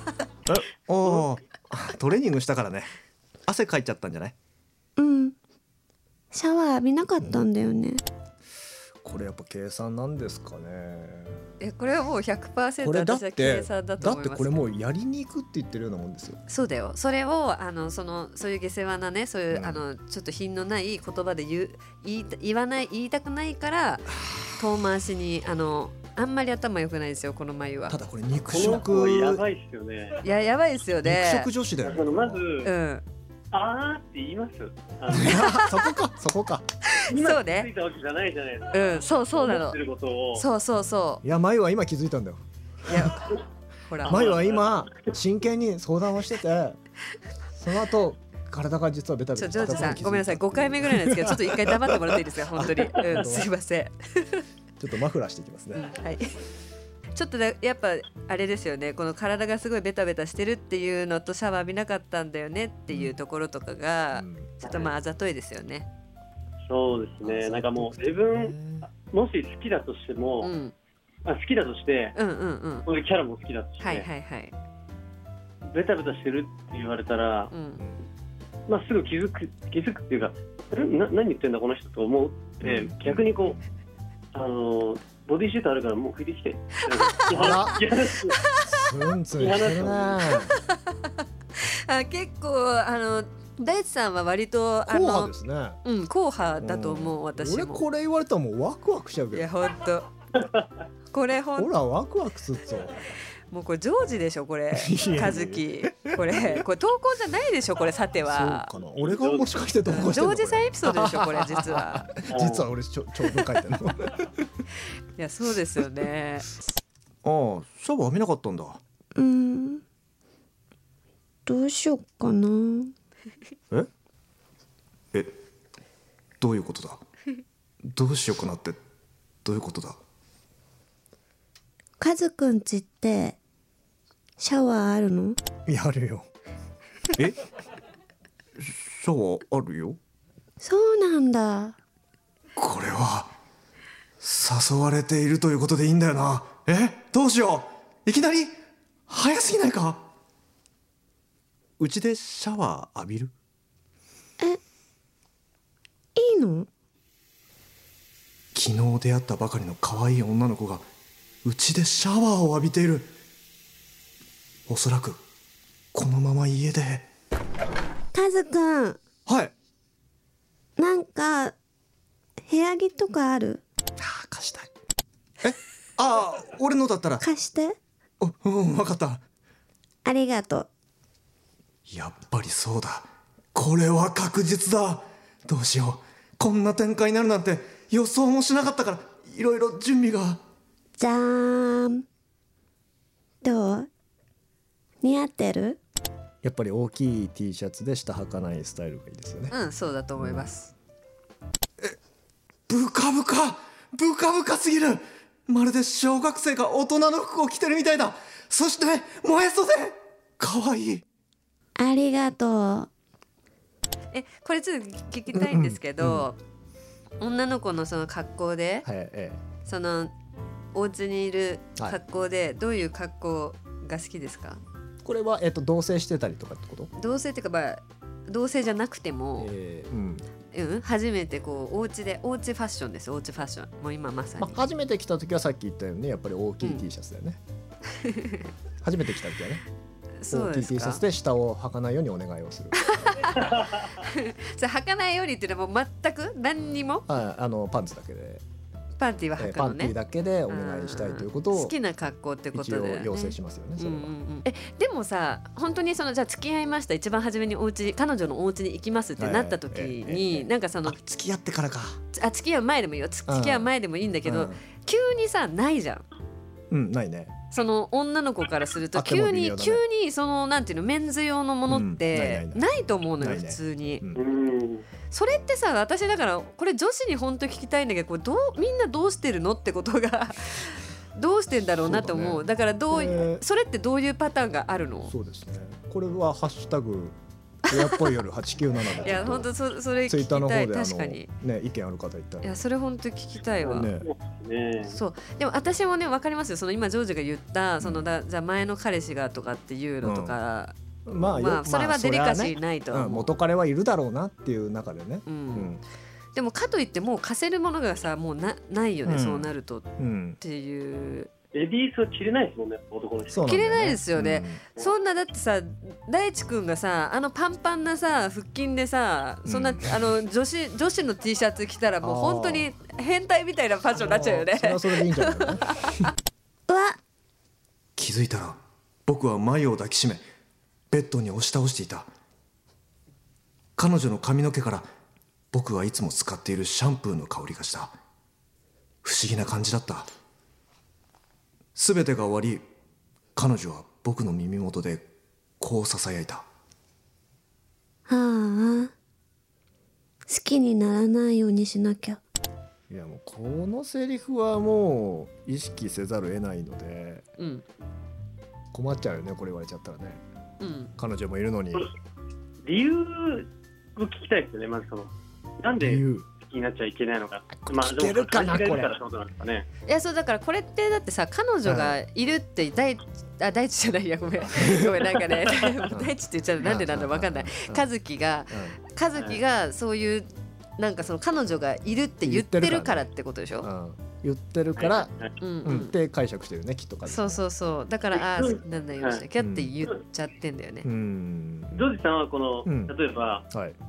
トレーニングしたからね。汗かいちゃったんじゃない？ シャワー浴びなかったんだよね。 これやっぱ計算なんですかね。 これはもう 100% 私は計算だと思います。 だってこれもうやりに行くって言ってるようなもんですよ。 そうだよ。それをそういう下世話なね、そういうちょっと品のない言葉で言いたくないから遠回しにあんまり頭良くないですよ、この眉は。 ただこれ肉食やばいっすよね。 いや、やばいっすよね。 肉食女子だよ。 まずって言います。 そこか。 そうね。 ついたわけじゃないじゃないですか。そうなの。そう。 いや、まゆは今気づいたんだよ。 いや、ほら。 まゆは今真剣に相談をしてて、その後体が実はベタベタ。 ジョージさん、ごめんなさい、5回目ぐらいなんですけど、ちょっと1回黙ってもらっていいですか、本当に。すいません。 ちょっとマフラーしていきますね。 はい。ちょっとやっぱあれですよね、この体がすごいベタベタしてるっていうのとシャワー浴びなかったんだよねっていうところとかがちょっとあざといですよね。 そうですね。なんかもう自分もし好きだとしても、好きだとして、こういうキャラも好きだとして、ベタベタしてるって言われたら、すぐ気づくっていうか、何言ってんだこの人と思うって、逆にこうボディシュートあるからもう拭いてきて。 結構大地さんは割と硬派ですね。 硬派だと思う。私も。 俺これ言われたらもうワクワクしちゃうけど。 いや本当。これほらワクワクするぞ。 もうこれジョージでしょこれ。和樹。これ投稿じゃないでしょこれさては。 そうかな。俺がもしかして投稿してるの。 ジョージさんエピソードでしょこれ実は。 実は俺長文書いてるの。 いやそうですよね。 シャワー浴びなかったんだ。 どうしよっかな。 どういうことだ。どうしようかなってどういうことだ。 カズくんちってシャワーあるの？ やるよ。 シャワーあるよ。 そうなんだ。 これは誘われているということでいいんだよな。どうしよう、いきなり早すぎないか。 うちでシャワー浴びる？ いいの？ 昨日出会ったばかりの可愛い女の子がうちでシャワーを浴びている。おそらくこのまま家で。 カズくん。 はい。 なんか部屋着とかある？ 貸したい。俺のだったら貸して。 分かった。 ありがとう。 やっぱりそうだ、これは確実だ。どうしよう、こんな展開になるなんて予想もしなかったから、いろいろ準備が。 じゃーん。どう？似合ってる？ やっぱり大きい T シャツで下履かないスタイルがいいですよね。 そうだと思います。 ブカブカすぎる。まるで小学生が大人の服を着てるみたいだ。そして燃え袖、かわいい。 ありがとう。 これちょっと聞きたいんですけど、女の子のその格好で、そのお家にいる格好で、どういう格好が好きですか？ これは、同棲してたりとかってこと？ 同棲っていうか、同棲じゃなくても、初めてこうお家ファッションです。お家ファッション、もう今まさに、 初めて来た時はさっき言ったようにやっぱり大きい T シャツだよね、初めて来た時はね、大きい T シャツで下を履かないようにお願いをする。 それ履かないようにっていうのはもう全く何にも、 パンツだけで、 パンティは履くのね、 パンティだけでお願いしたいということを好きな格好ってことで、ね、 一応要請しますよね、それは。 でもさ、本当にそのじゃあ付き合いました、一番初めに彼女のお家に行きますってなった時に、なんかその付き合ってからか、 付き合う前でもいいよ、付き合う前でもいいんだけど、急にさないじゃん。 ないね。 その女の子からすると急にそのなんていうの、メンズ用のものってないと思うのよ、普通に。それってさ、私だからこれ女子に本当聞きたいんだけど、これみんなどうしてるのってことがどうしてんだろうなと思う。だからそれってどういうパターンがあるの？ そうですね、これはハッシュタグ親っぽい夜897でいや本当それ聞きたい。 ツイッターの方で確かに意見ある方いたら、 いやそれ本当聞きたいわ。そうでも私もね分かりますよ。その今ジョージが言ったそのじゃあ前の彼氏がとかっていうのとか、それはデリカシーないと思う。 元彼はいるだろうなっていう中でね。 でもかといってもう貸せるものがさもうないよね、そうなるとっていう。 レディースは着れないですもんね、男の人。 着れないですよね。そんなだってさ、大地君がさパンパンなさ腹筋でさ、そんな女子の T シャツ着たらもう本当に変態みたいなファッションになっちゃうよね。 それはそれでいいんじゃないの？ 気づいたら僕は眉を抱きしめベッドに押し倒していた。彼女の髪の毛から僕はいつも使っているシャンプーの香りがした。不思議な感じだった。すべてが終わり、彼女は僕の耳元でこうささやいた。 好きにならないようにしなきゃ。 いやもうこのセリフはもう意識せざるを得ないので、困っちゃうよね、これ言われちゃったらね。彼女もいるのに。 理由を聞きたいですよね。まずそのなんで気になっちゃいけないのか。 聞けるかなこれ。 いやそうだからこれってだってさ、彼女がいるって大地じゃないや、ごめんなんかね大地って言っちゃう、なんでなんだ分かんない。和樹がそういうなんかその彼女がいるって言ってるからってことでしょ。 言ってるからって解釈してるね、きっと。 そうだからなんだよしなきゃって言っちゃってんだよね。 ジョージさんはこの例えば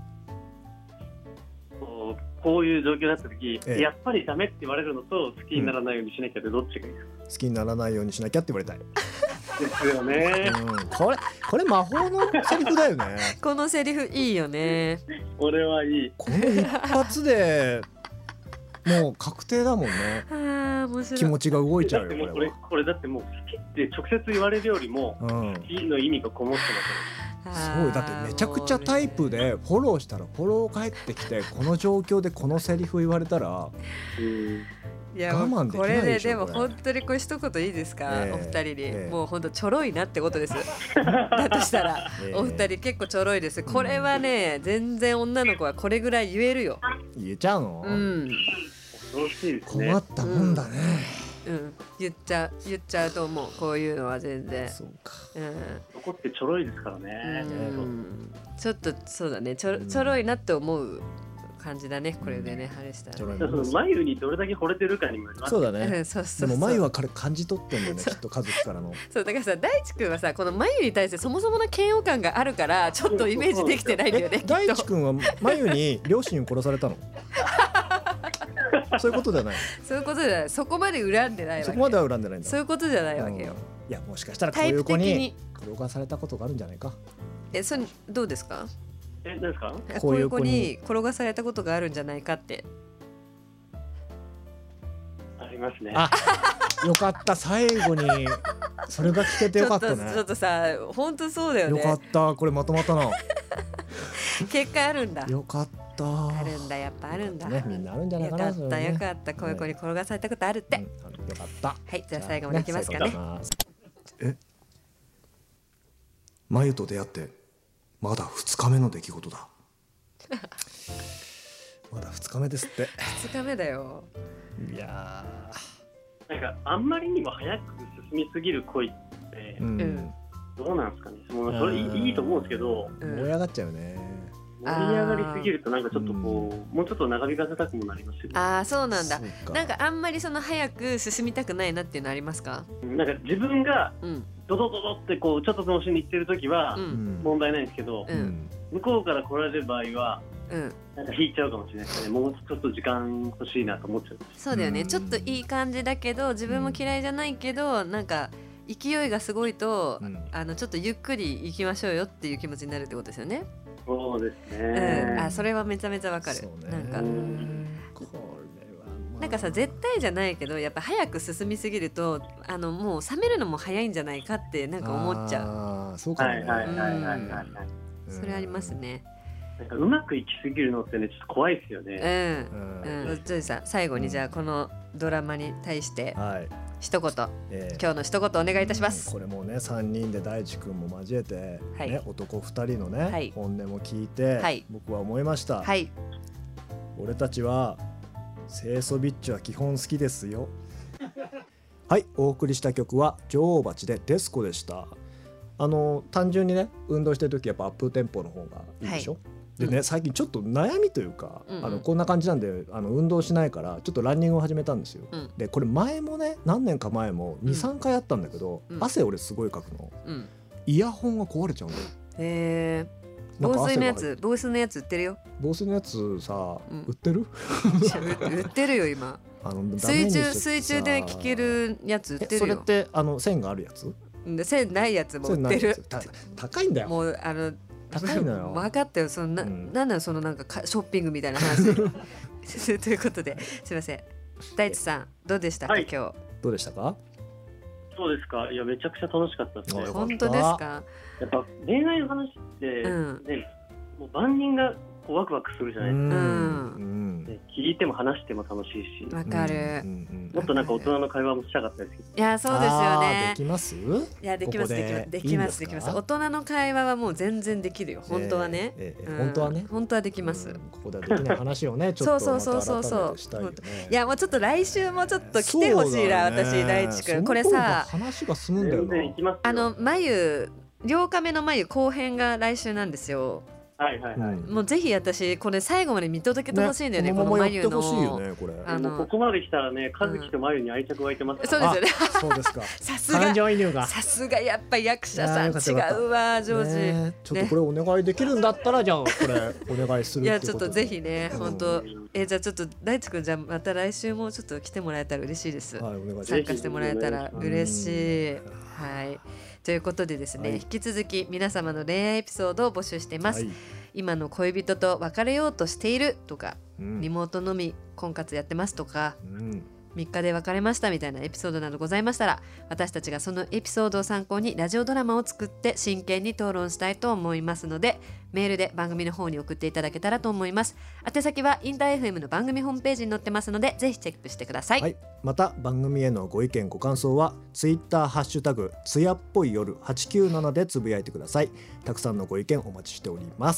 こういう状況になった時、やっぱりダメって言われるのと好きにならないようにしなきゃってどっちがいいですか？ 好きにならないようにしなきゃって言われたいですよね。 これ魔法のセリフだよね。 このセリフいいよね。 これはいい。 この一発でもう確定だもんね。 面白い。 気持ちが動いちゃうよ。 これだってもう好きって直接言われるよりも好きの意味がこもってます。 そうだってめちゃくちゃタイプでフォローしたらフォロー返ってきて、この状況でこのセリフ言われたらいや我慢できないでしょ。これでも本当にこれ一言いいですか、お二人に、もう本当ちょろいなってことですだとしたら、お二人結構ちょろいです。これはね、全然女の子はこれぐらい言えるよ。 言えちゃうの？困ったもんだね。 言っちゃうと思う。こういうのは全然。 そうか。 男ってちょろいですからね。 ちょっとそうだね。ちょろいなって思う感じだね。これでね、あれしたら。 眉にどれだけ惚れてるかにもよります。 そうだね。でも眉は彼感じ取ってんだよね。きっと家族からの。 そうだからさ、大地君はさ、この眉に対してそもそもの嫌悪感があるから、ちょっとイメージできてないんだよね。 大地君は眉に両親を殺されたの？そういうことじゃない。 そういうことじゃない。そこまで恨んでないわけ。 そこまでは恨んでないんだ。 そういうことじゃないわけよ。 いや、もしかしたらこういう子に転がされたことがあるんじゃないか。 それどうですか？ 何ですか？ こういう子に転がされたことがあるんじゃないかって。 ありますね。 あ、よかった。最後にそれが聞けてよかったね。 ちょっとさ、本当そうだよね。 よかった。これまとまったな。 結果あるんだ。 よかった。 あるんだ、やっぱあるんだ。 ね、みんなあるんじゃないかな。 よかったよかった。こういう子に転がされたことあるって。よかった。 はい、じゃあ最後までいきますかね。 眉と出会ってまだ2日目の出来事だ。 まだ2日目ですって。 2日目だよ。 いやなんかあんまりにも早く進みすぎる恋って、どうなんですかね。それいいと思うんですけど、 盛り上がっちゃうね。 盛り上がりすぎるとなんかちょっとこう、もうちょっと長引かせたくもなりますよね。 ああ、そうなんだ。なんかあんまりその早く進みたくないなっていうのありますか？ なんか自分がドドドドってこうちょっと楽しみにいってる時は問題ないんですけど、向こうから来られる場合はなんか引いちゃうかもしれないですね。もうちょっと時間欲しいなと思っちゃう。 そうだよね。ちょっといい感じだけど自分も嫌いじゃないけど、なんか勢いがすごいと、ちょっとゆっくり行きましょうよっていう気持ちになるってことですよね。 そうですね。 あ、それはめちゃめちゃわかる。なんかなんかさ、絶対じゃないけどやっぱ早く進みすぎるともう冷めるのも早いんじゃないかってなんか思っちゃう。 ああ、そうかもね。 それありますね。 なんかうまくいきすぎるのってね、ちょっと怖いですよね。 ジョイさん、最後にじゃあこのドラマに対して一言、今日の一言お願いいたします。 これもね、3人で大地君も交えて、男2人のね、本音も聞いて、僕は思いました。俺たちは清楚ビッチは基本好きですよ。はい、お送りした曲は女王蜂でデスコでした。単純にね、運動してる時やっぱアップテンポの方がいいでしょ。でね、最近ちょっと悩みというか、こんな感じなんで運動しないからちょっとランニングを始めたんですよ。でこれ前もね、何年か前も 2,3 回あったんだけど、汗俺すごいかくの、イヤホンが壊れちゃうんだよ。 へー。防水のやつ、防水のやつ売ってるよ。 防水のやつさ、売ってる？ 売ってるよ今。水中で聴けるやつ売ってるよ。 それって線があるやつ？ 線ないやつも売ってる。 高いんだよ。 もう高いのよ。 分かったよ。そのなんなの、そのなんかショッピングみたいな話。ということで、すみません。大地さんどうでしたか、今日？どうでしたか？ そうですか。いや、めちゃくちゃ楽しかったですね。 本当ですか？ やっぱ恋愛の話ってね、もう万人がこうワクワクするじゃないですか。聞いても話しても楽しいし。 わかる。 もっとなんか大人の会話もしたかったですけど。 いや、そうですよね。 できます？いや、できますできます。大人の会話はもう全然できるよ。本当はね。 本当はね。 本当はできます。 ここではできない話をね、ちょっとまた改めてしたいよね。 いや、もうちょっと来週もちょっと来てほしいな、私大地君。これさ、 話が進むんだよな。 眉8日目の眉後編が来週なんですよ。もうぜひ私これ最後まで見届けてほしいんだよね、この眉の。 ここまで来たらね、和樹と眉に愛着湧いてます。 そうですよね。 そうですか。 さすがやっぱ役者さん違うわ、ジョージ。 ちょっとこれお願いできるんだったら、じゃあこれお願いする。 いや、ちょっとぜひね、本当。じゃあちょっと大地君、じゃあまた来週もちょっと来てもらえたら嬉しいです。参加してもらえたら嬉しい。はい。ということでですね、引き続き皆様の恋愛エピソードを募集しています。今の恋人と別れようとしているとか、リモートのみ婚活やってますとか、 3日で別れましたみたいなエピソードなどございましたら、私たちがそのエピソードを参考にラジオドラマを作って真剣に討論したいと思いますので、メールで番組の方に送っていただけたらと思います。宛先はインター FM の番組ホームページに載ってますので、ぜひチェックしてください。 はい、また番組へのご意見ご感想はツイッターハッシュタグつやっぽい夜897でつぶやいてください。たくさんのご意見お待ちしております。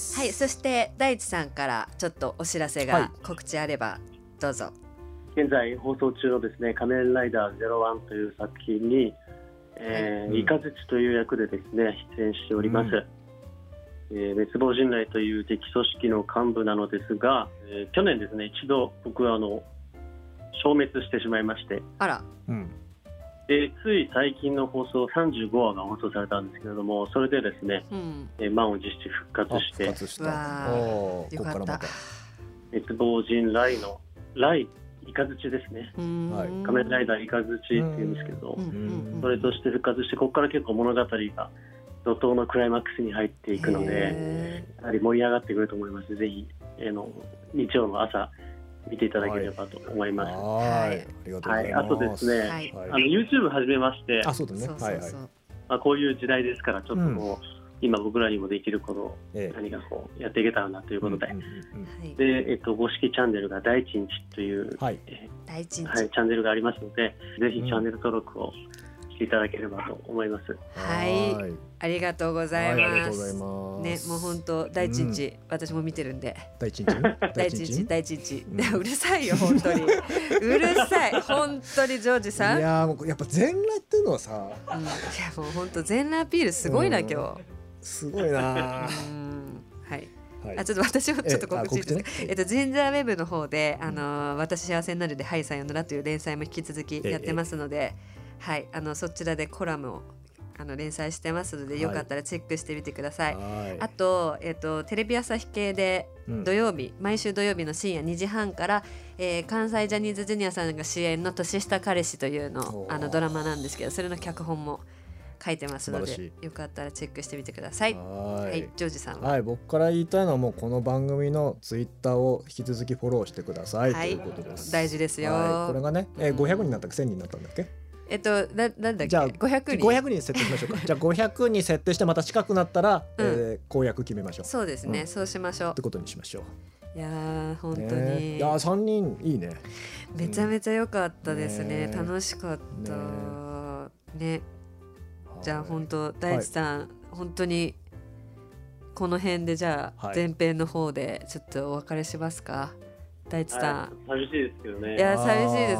はい、そして大地さんからちょっとお知らせが、告知あればどうぞ。 現在放送中のですね、仮面ライダー01という作品に、イカズチという役でですね出演しております。滅亡人雷という敵組織の幹部なのですが、去年ですね一度僕は消滅してしまいまして、 あら、 でつい最近の放送35話が放送されたんですけれども、それでですね、満を持して復活して、 よかった。 滅亡人雷の雷イカズチですね、仮面ライダーイカズチっていうんですけど、それとして復活して、ここから結構物語が怒涛のクライマックスに入っていくので、やはり盛り上がってくると思います。ぜひ日曜の朝見ていただければと思います。 はい、ありがとうございます。 あとですね、YouTube 始めまして、 そうだね、 こういう時代ですから、ちょっともう、今僕らにもできることを何かこうやっていけたらなということで、で、公式チャンネルが大ちんちという、チャンネルがありますので、ぜひチャンネル登録をしていただければと思います。 はい、ありがとうございます。ね、もう本当大ちんち、私も見てるんで。 大ちんち大ちんち、うるさいよ本当に。うるさい本当にジョージさん。 いややっぱ全裸っていうのはさ、 いやもう本当全裸アピールすごいな今日。 すごいな。はい。 ちょっと私もちょっと告知です。ジンジャーウェブの方で私幸せになるではいさよならという連載も引き続きやってますので、はい、そちらでコラムを連載してますので、よかったらチェックしてみてください。あと、テレビ朝日系で土曜日、毎週土曜日の深夜2時半から、関西ジャニーズジュニアさんが主演の年下彼氏というのドラマなんですけど、それの脚本も書いてますので、よかったらチェックしてみてください。はい、ジョージさんは。 はい、僕から言いたいのはもうこの番組のツイッターを引き続きフォローしてください、ということです。 大事ですよ。 これがね、500人になったっけ、1000人になったんだっけ。 なんだっけ、 じゃあ 500 人設定しましょうか。じゃあ500に設定して、また近くなったら、公約決めましょう。 そうですね、そうしましょうってことにしましょう。 いや本当に、 いや3人いいね。 めちゃめちゃ良かったですね。楽しかったね。じゃあ本当大地さん、本当にこの辺でじゃあ前編の方でちょっとお別れしますか。大地さん、 寂しいですけどね。 いや寂しいです。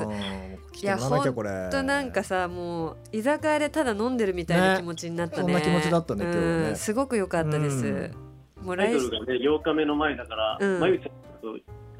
いや本当なんかさ、もう居酒屋でただ飲んでるみたいな気持ちになったね。 そんな気持ちだったね今日ね。 すごく良かったです。 もうタイトルがね8日目の前だから、まゆちゃんと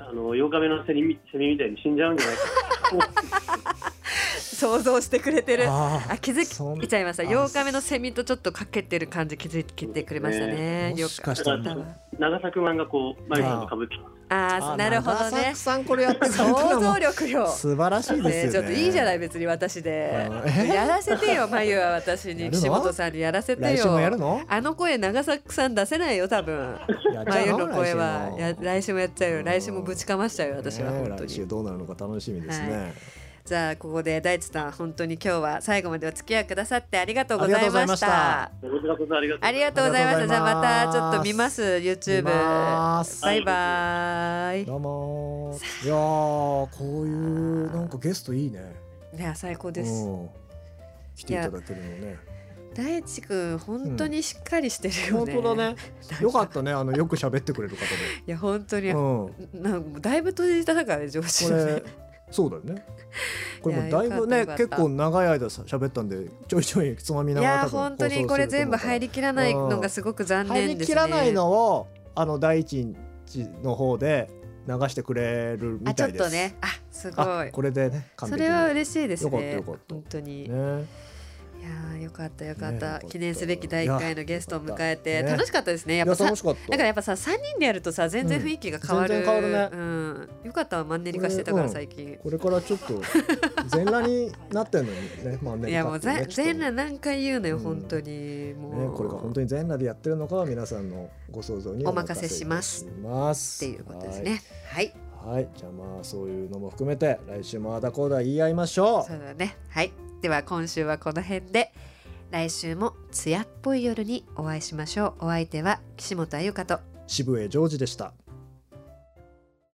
8日目のセミみたいに死んじゃうんじゃないか。 想像してくれてる。気づいちゃいました。8日目のセミとちょっとかけてる感じ気づいてくれましたね。 もしかしたら長作マンがこうマリさんとかぶって。 なるほどね。 さんこれやって想像力よ。 素晴らしいですよね。 ちょっといいじゃない、別に私でやらせてよ。まゆは私に、岸本さんにやらせてよ。 来週もやるの？ あの声長作さん出せないよ多分。まゆの声は来週もやっちゃうよ。来週もぶちかましちゃうよ私は本当に。 来週どうなるのか楽しみですね。 じゃあここで大地さん、本当に今日は最後までお付き合いくださってありがとうございました。 ありがとうございました。じゃあまたちょっと見ます YouTube。バイバイ。 どうも。いやこういうなんかゲストいいね。 いや最高です。 来ていただけるのね。 大地くん本当にしっかりしてるよね。 本当だね。よかったね、よく喋ってくれる方で。 いや本当に、だいぶ閉じたからね、上司ね。 そうだよね。これもだいぶね、結構長い間喋ったんで、ちょいちょいつまみながら。 いや本当にこれ全部入りきらないのがすごく残念ですね。 入りきらないのを第一日の方で流してくれるみたいです。 ちょっとね、すごい。 これでね、 それは嬉しいですね。 よかった本当に。いやよかったよかった、記念すべき第1回のゲストを迎えて楽しかったですね。やっぱだからやっぱさ3人でやるとさ全然雰囲気が変わる。よかったわ、マンネリ化してたから最近。 これからちょっと全裸になってんのにね、マンネリ化。 いやもう全裸何回言うのよ本当に。もうこれが本当に全裸でやってるのかは皆さんのご想像にお任せしますっていうことですね。はいはい、じゃあまあそういうのも含めて来週もあだこうだ言い合いましょう。 そうだね。はい、では今週はこの辺で、来週も艶っぽい夜にお会いしましょう。お相手は岸本あゆかと渋江ジョージでした。